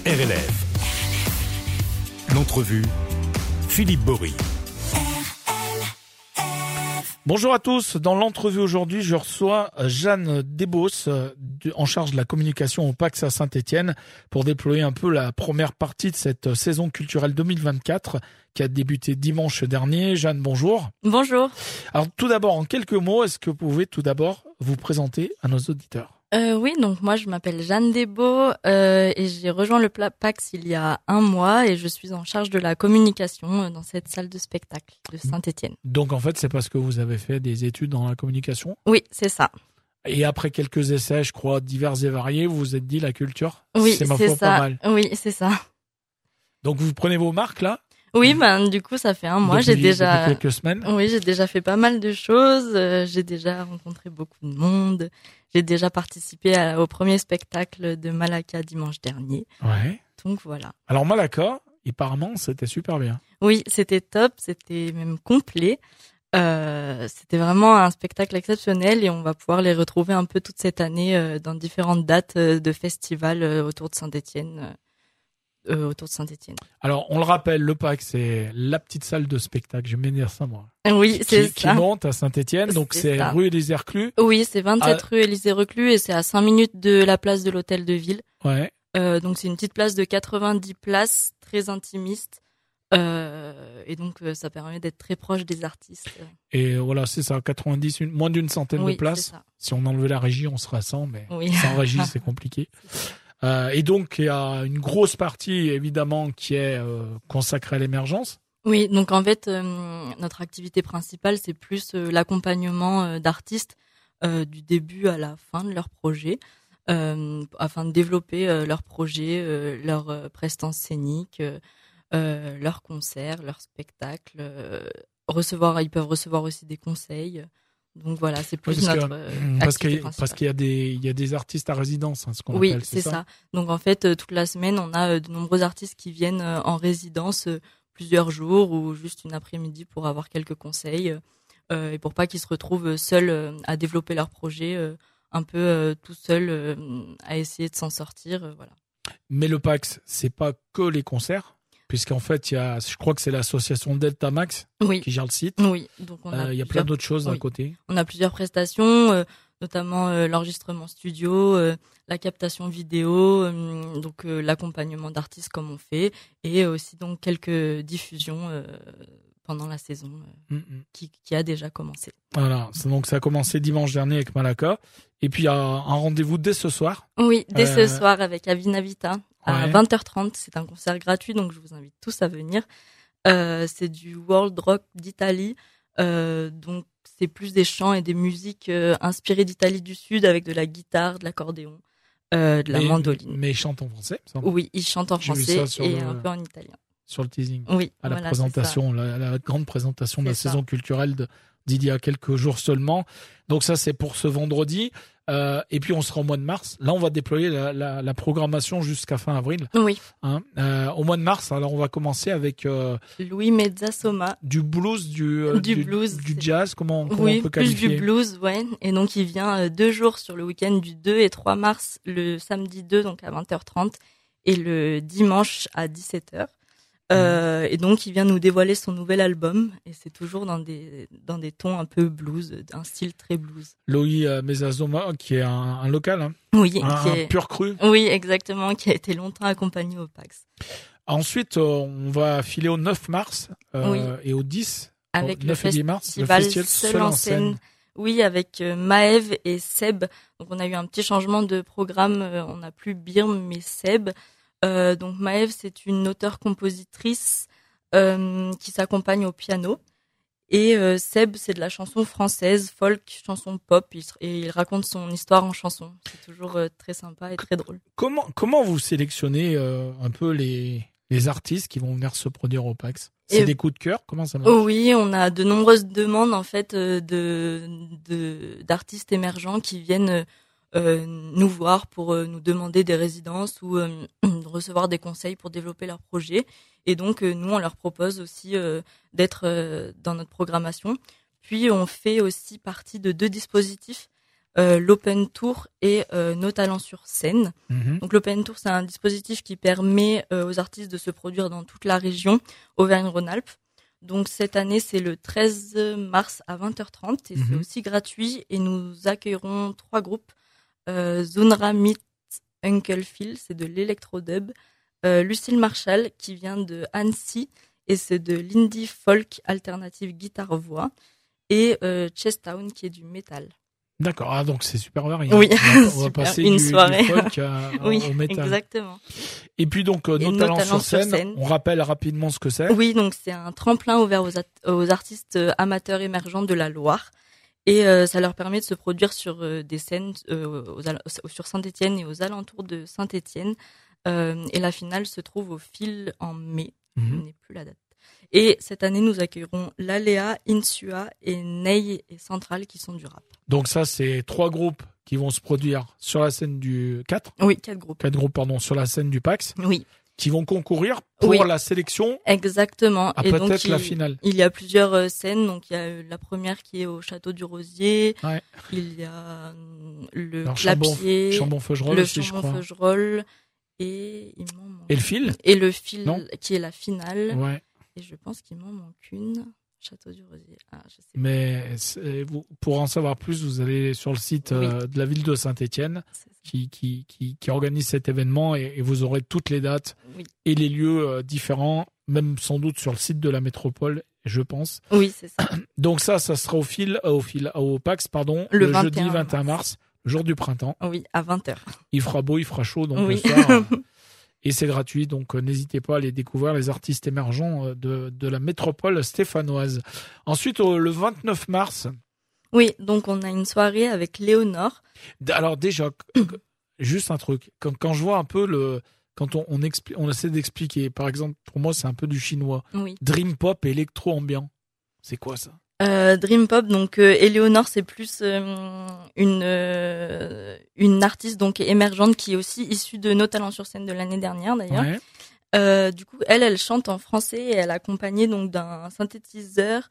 RLF. L'entrevue, Philippe Bory. Bonjour à tous. Dans l'entrevue aujourd'hui, je reçois Jeanne Desbosses, en charge de la communication au PAX à Saint-Étienne, pour déployer un peu la première partie de cette saison culturelle 2024 qui a débuté dimanche dernier. Jeanne, bonjour. Bonjour. Alors tout d'abord, en quelques mots, est-ce que vous pouvez tout d'abord vous présenter à nos auditeurs ? Oui, donc moi je m'appelle Jeanne Desbosses et j'ai rejoint le PAX il y a un mois et je suis en charge de la communication dans cette salle de spectacle de Saint-Étienne. Donc en fait, c'est parce que vous avez fait des études dans la communication ? Oui, c'est ça. Et après quelques essais, je crois, divers et variés, vous vous êtes dit la culture, oui, c'est ma foi pas mal. Oui, c'est ça. Donc vous prenez vos marques là ? Oui, du coup, ça fait un mois. Depuis depuis quelques semaines. Oui, j'ai déjà fait pas mal de choses. J'ai déjà rencontré beaucoup de monde. J'ai déjà participé au premier spectacle de Malaka dimanche dernier. Ouais. Donc voilà. Alors Malaka, apparemment, c'était super bien. Oui, c'était top. C'était même complet. C'était vraiment un spectacle exceptionnel et on va pouvoir les retrouver un peu toute cette année dans différentes dates de festivals autour de Saint-Étienne. Alors, on le rappelle, le PAC, c'est la petite salle de spectacle, je vais dire ça moi. Oui, c'est ça. Qui monte à Saint-Étienne, donc c'est ça. rue Élysée-Reclus. Oui, c'est 27 rue Élysée-Reclus et c'est à 5 minutes de la place de l'Hôtel de Ville. Ouais. Donc c'est une petite place de 90 places, très intimiste. Et donc ça permet d'être très proche des artistes. Et voilà, c'est ça, 90, moins d'une centaine de places. Si on enlevait la régie, on serait à 100, mais sans régie, c'est compliqué. Et donc, il y a une grosse partie, évidemment, qui est consacrée à l'émergence. Oui, donc en fait, notre activité principale, c'est plus l'accompagnement d'artistes du début à la fin de leur projet, afin de développer leurs projets, leurs prestations scéniques, leurs concerts, leurs spectacles. Ils peuvent recevoir aussi des conseils. Donc voilà, c'est plus notre activité principale. Parce qu'il y a des artistes à résidence, ce qu'on appelle, oui, c'est ça. Donc en fait, toute la semaine, on a de nombreux artistes qui viennent en résidence plusieurs jours ou juste une après-midi pour avoir quelques conseils et pour pas qu'ils se retrouvent seuls à développer leur projet, un peu tout seuls à essayer de s'en sortir. Voilà. Mais le PAX, c'est pas que les concerts. Puisqu'en fait, je crois que c'est l'association Delta Max qui gère le site. Oui, donc il y a plein d'autres choses à côté. On a plusieurs prestations, notamment l'enregistrement studio, la captation vidéo, donc l'accompagnement d'artistes comme on fait, et aussi donc quelques diffusions pendant la saison qui a déjà commencé. Voilà, donc ça a commencé dimanche dernier avec Malaka, et puis il y a un rendez-vous dès ce soir. Oui, dès ce soir avec Avinavita. À 20h30, c'est un concert gratuit, donc je vous invite tous à venir. C'est du world rock d'Italie, donc c'est plus des chants et des musiques inspirées d'Italie du Sud avec de la guitare, de l'accordéon, de la mandoline. Mais ils chantent en français, ça ? Oui, ils chantent en français et un peu en italien. Sur le teasing. Oui. À la présentation, la grande présentation de la saison culturelle d'il y a quelques jours seulement. Donc ça, c'est pour ce vendredi. Et puis on sera au mois de mars. Là, on va déployer la programmation jusqu'à fin avril. Oui. Au mois de mars, alors on va commencer avec Louis Mezzasoma. Du blues, du blues, du jazz. Comment on peut qualifier ? Plus du blues, ouais. Et donc il vient 2 jours sur le week-end du 2 et 3 mars, le samedi 2 donc à 20h30 et le dimanche à 17h. Et donc il vient nous dévoiler son nouvel album et c'est toujours dans des tons un peu blues, d'un style très blues. Louis Mezzasoma, qui est un local, oui, un pur cru. Oui, exactement, qui a été longtemps accompagné au PAX. Ensuite, on va filer au 9 mars et au 10, avec au 9 et 10 mars, le festival Seul en scène. Oui, avec Maëv et Seb. Donc on a eu un petit changement de programme, on n'a plus Birm mais Seb. Donc Maëv, c'est une auteure-compositrice qui s'accompagne au piano. Et Seb, c'est de la chanson française, folk, chanson pop, et il raconte son histoire en chanson. C'est toujours très sympa et très drôle. Comment vous sélectionnez un peu les artistes qui vont venir se produire au PAX ? C'est des coups de cœur ? Comment ça marche ? Oui, on a de nombreuses demandes en fait d'artistes émergents qui viennent nous voir pour nous demander des résidences ou recevoir des conseils pour développer leur projet. Et donc, nous, on leur propose aussi d'être dans notre programmation. Puis, on fait aussi partie de 2 dispositifs l'Open Tour et Nos Talents sur scène. Donc l'Open Tour, c'est un dispositif qui permet aux artistes de se produire dans toute la région Auvergne-Rhône-Alpes. Donc cette année, c'est le 13 mars à 20h30 et c'est aussi gratuit et nous accueillerons 3 groupes. Zunra Meet Uncle Phil, c'est de l'électro-dub. Lucille Marshall qui vient de Annecy et c'est de l'indie folk alternative guitare-voix. Et Chestown qui est du métal. D'accord, donc c'est super varié. Oui, on va passer une soirée. du folk oui, au métal. Exactement. Et puis donc Nos Talents sur scène, on rappelle rapidement ce que c'est. Oui, donc c'est un tremplin ouvert aux artistes amateurs émergents de la Loire. Et ça leur permet de se produire sur des scènes sur Saint-Étienne et aux alentours de Saint-Étienne. Et la finale se trouve au Fil en mai. Je n'ai plus la date. Et cette année, nous accueillerons L'Aléa, Insua et Ney et Central qui sont du rap. Donc ça, c'est 3 groupes qui vont se produire sur la scène du 4. Oui, 4 groupes. 4 groupes, pardon, sur la scène du PAX. Oui. Qui vont concourir pour la sélection. Exactement. À et peut-être donc, la finale. Il y a plusieurs scènes. Donc, il y a la première qui est au Château du Rosier. Ouais. Il y a le clapier. Chambon-Feugerolles aussi, je crois. Le Chambon-Feugerolles. Et il m'en manque. Et le fil. Et le fil, qui est la finale. Ouais. Et je pense qu'il m'en manque une. Château du Rosier. Ah, je sais pas. Mais pour en savoir plus, vous allez sur le site de la ville de Saint-Étienne qui organise cet événement et vous aurez toutes les dates et les lieux différents, même sans doute sur le site de la métropole, je pense. Oui, c'est ça. Donc ça sera au PAX, pardon, le jeudi 21 mars, le jour du printemps. Oui, à 20h. Il fera beau, il fera chaud, donc le soir. Et c'est gratuit, donc n'hésitez pas à aller découvrir les artistes émergents de la métropole stéphanoise. Ensuite, le 29 mars. Oui, donc on a une soirée avec Léonore. Alors déjà, juste un truc. Quand je vois un peu quand on essaie d'expliquer, par exemple, pour moi c'est un peu du chinois. Oui. Dream pop et électro ambiant. C'est quoi ça? Dream pop, donc Éléonore, c'est plus une artiste donc émergente qui est aussi issue de Nos Talents sur scène de l'année dernière d'ailleurs. Ouais. Du coup, elle chante en français et elle est accompagnée donc d'un synthétiseur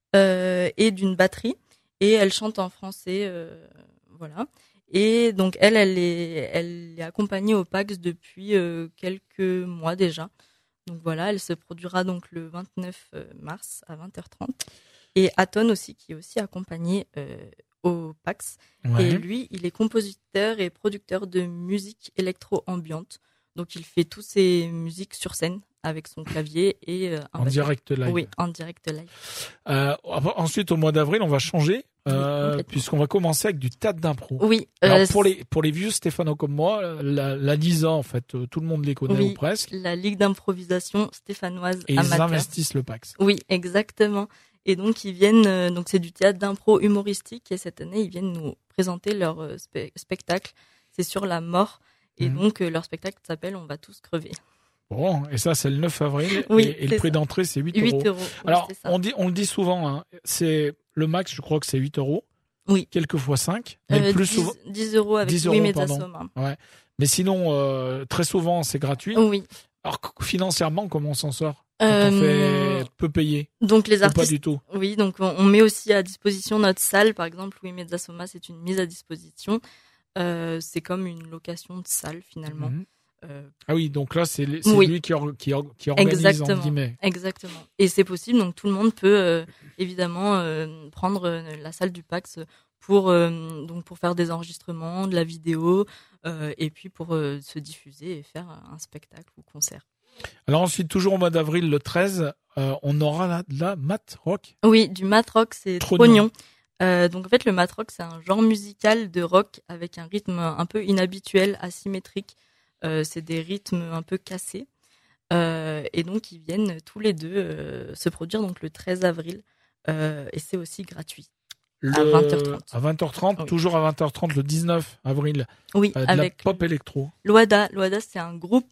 et d'une batterie et elle chante en français, voilà. Et donc elle est accompagnée au PAX depuis quelques mois déjà. Donc voilà, elle se produira donc le 29 mars à 20h30. Et Aton aussi, qui est aussi accompagné au PAX. Ouais. Et lui, il est compositeur et producteur de musique électro-ambiante. Donc il fait toutes ses musiques sur scène avec son clavier et en direct live. Oui, en direct live. Ensuite, au mois d'avril, on va changer puisqu'on va commencer avec du théâtre d'impro. Oui. Alors pour les vieux Stéphano comme moi, la LISA en fait, tout le monde les connaît ou presque. La Ligue d'improvisation stéphanoise et amateur. Ils investissent le PAX. Oui, exactement. Et donc ils viennent, donc c'est du théâtre d'impro humoristique et cette année ils viennent nous présenter leur spectacle. C'est sur la mort et donc leur spectacle s'appelle On va tous crever. Bon, et ça c'est le 9 avril et le prix d'entrée c'est 8 €. Alors on le dit souvent, hein, c'est le max, je crois que c'est 8 €. Oui. Quelquefois 5, mais plus 10, souvent 10 € avec 10 oui €, Mezzasoma. Ouais. Mais sinon très souvent c'est gratuit. Oui. Alors financièrement comment on s'en sort? On fait peu payer. Donc les artistes, pas du tout. Oui, donc on met aussi à disposition notre salle. Par exemple, Louis Mezzasoma, c'est une mise à disposition. C'est comme une location de salle finalement. Ah oui, donc là c'est lui qui organise entre guillemets. Exactement. Et c'est possible, donc tout le monde peut évidemment prendre la salle du PAX pour faire des enregistrements, de la vidéo, et puis pour se diffuser et faire un spectacle ou concert. Alors ensuite, toujours au mois d'avril, le 13, on aura de la mat rock. Oui, du mat rock, c'est Trognon. Donc en fait, le mat rock, c'est un genre musical de rock avec un rythme un peu inhabituel, asymétrique. C'est des rythmes un peu cassés. Et donc, ils viennent tous les deux se produire donc le 13 avril. Et c'est aussi gratuit. À 20h30. À 20h30, oui. Toujours à 20h30 le 19 avril. Oui, avec la pop électro. Loada, c'est un groupe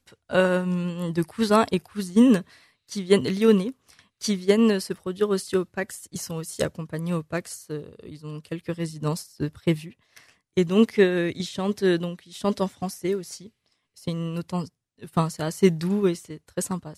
de cousins et cousines qui viennent lyonnais, qui viennent se produire aussi au PAX. Ils sont aussi accompagnés au PAX. Ils ont quelques résidences prévues. Et donc ils chantent en français aussi. C'est c'est assez doux et c'est très sympa.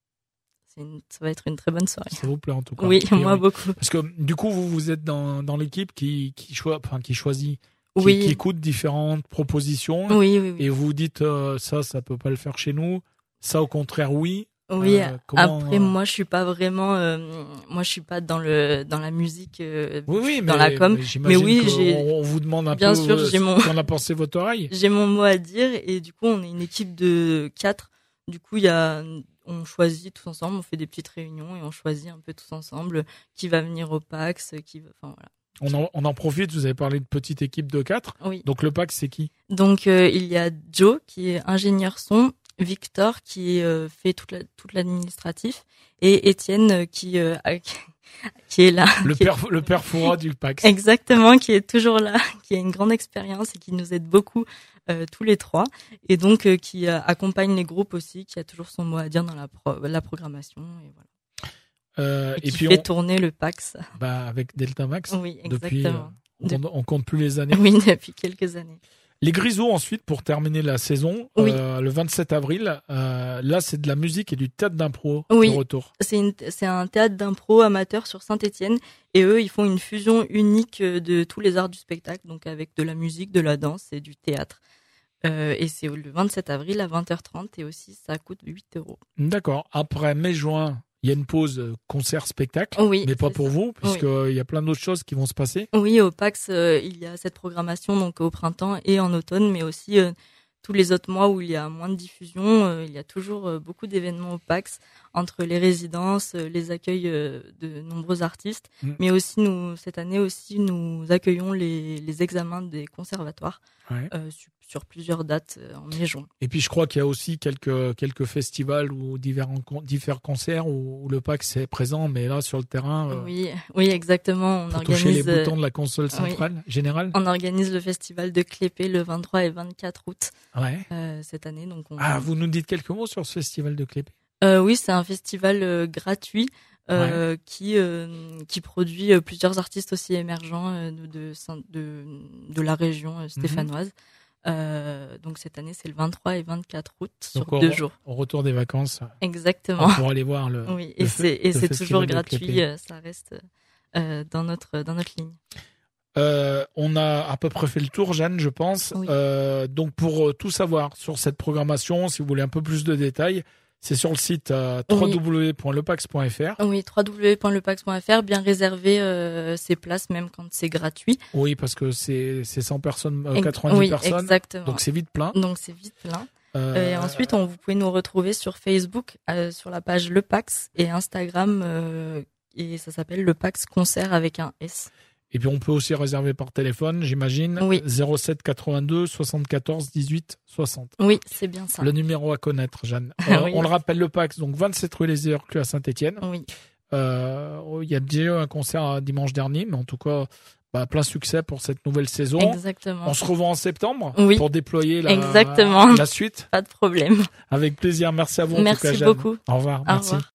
Ça va être une très bonne soirée. Ça vous plaît en tout cas. Oui, moi beaucoup. Parce que du coup, vous êtes dans l'équipe qui choisit qui écoutent différentes propositions. Oui. Et vous dites ça peut pas le faire chez nous. Ça, au contraire, oui. Oui. Après, moi, je suis pas vraiment. Moi, je suis pas dans la musique. Dans la com. Mais oui, on vous demande un bien peu sûr, qu'en a pensé votre oreille. J'ai mon mot à dire et du coup, on est une équipe de 4. Du coup, on choisit tous ensemble, on fait des petites réunions et on choisit un peu tous ensemble qui va venir au PAX, enfin voilà. On en profite, vous avez parlé de petite équipe de 4. Oui. Donc le PAX, c'est qui? Donc il y a Joe qui est ingénieur son, Victor qui fait tout l'administratif et Étienne qui est là. Le père Foura du PAX. Exactement, qui est toujours là, qui a une grande expérience et qui nous aide beaucoup tous les 3 et donc qui accompagne les groupes aussi, qui a toujours son mot à dire dans la programmation et voilà. Et qui fait tourner le PAX. Avec Delta Max. Oui, exactement. On compte plus les années. Oui, depuis quelques années. Les Grisous ensuite pour terminer la saison, le 27 avril. Là, c'est de la musique et du théâtre d'impro de retour. C'est un théâtre d'impro amateur sur Saint-Étienne et eux, ils font une fusion unique de tous les arts du spectacle, donc avec de la musique, de la danse et du théâtre. Et c'est le 27 avril à 20h30 et aussi ça coûte 8€. D'accord. Après mai-juin, il y a une pause concert-spectacle, mais pas pour vous, puisqu'il y a plein d'autres choses qui vont se passer. Oui, au PAX, il y a cette programmation donc au printemps et en automne, mais aussi tous les autres mois où il y a moins de diffusion. Il y a toujours beaucoup d'événements au PAX, entre les résidences, les accueils de nombreux artistes, mais aussi cette année aussi, nous accueillons les examens des conservatoires sur plusieurs dates en mai-juin. Et puis je crois qu'il y a aussi quelques festivals ou divers concerts où le PAX est présent, mais là sur le terrain. Oui, exactement. On toucher les boutons de la console centrale générale. On organise le festival de Clépé le 23 et 24 août cette année. Donc vous nous dites quelques mots sur ce festival de Clépé? Oui, c'est un festival gratuit. Qui produit plusieurs artistes aussi émergents de la région stéphanoise. Donc cette année c'est le 23 et 24 août sur 2 jours. Au retour des vacances. Exactement. Pour aller voir le. Oui, et c'est toujours gratuit. Ça reste dans notre ligne. On a à peu près fait le tour, Jeanne, je pense. Oui. Donc pour tout savoir sur cette programmation, si vous voulez un peu plus de détails, c'est sur le site www.lepax.fr. Oui, www.lepax.fr, bien réserver ses places même quand c'est gratuit. Oui, parce que c'est 100 personnes, 90 personnes. Exactement. Donc c'est vite plein. Et ensuite, vous pouvez nous retrouver sur Facebook, sur la page Le Pax et Instagram, et ça s'appelle Le Pax Concert avec un S. Et puis on peut aussi réserver par téléphone, j'imagine. 07 82 74 18 60. Oui, c'est bien ça. Le numéro à connaître, Jeanne. On le rappelle, le PAX, donc 27 rue Les Heurclus à Saint-Étienne. Oui. Il y a déjà eu un concert dimanche dernier, mais en tout cas, plein succès pour cette nouvelle saison. Exactement. On se revoit en septembre pour déployer la suite. Pas de problème. Avec plaisir. Merci à vous. Merci en tout cas, Jeanne. beaucoup. Au revoir. Merci.